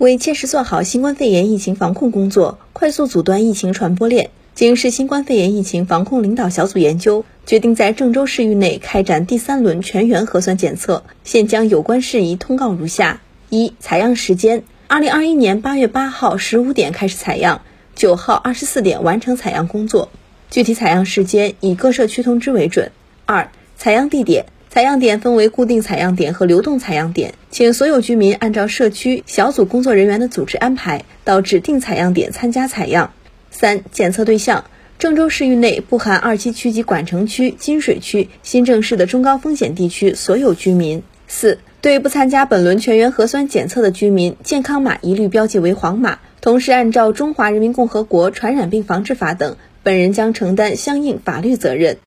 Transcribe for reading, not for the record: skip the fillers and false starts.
为切实做好新冠肺炎疫情防控工作，快速阻断疫情传播链，经市新冠肺炎疫情防控领导小组研究，决定在郑州市域内开展第3轮全员核酸检测。现将有关事宜通告如下：一、采样时间：2021年8月8号15点开始采样，9号24点完成采样工作。具体采样时间以各社区通知为准。2、采样地点。采样点分为固定采样点和流动采样点，请所有居民按照社区小组工作人员的组织安排，到指定采样点参加采样。3、检测对象：郑州市域内不含2七区及管城区、金水区、新郑市的中高风险地区所有居民。4、对不参加本轮全员核酸检测的居民，健康码一律标记为黄码，同时按照《中华人民共和国传染病防治法》等，本人将承担相应法律责任。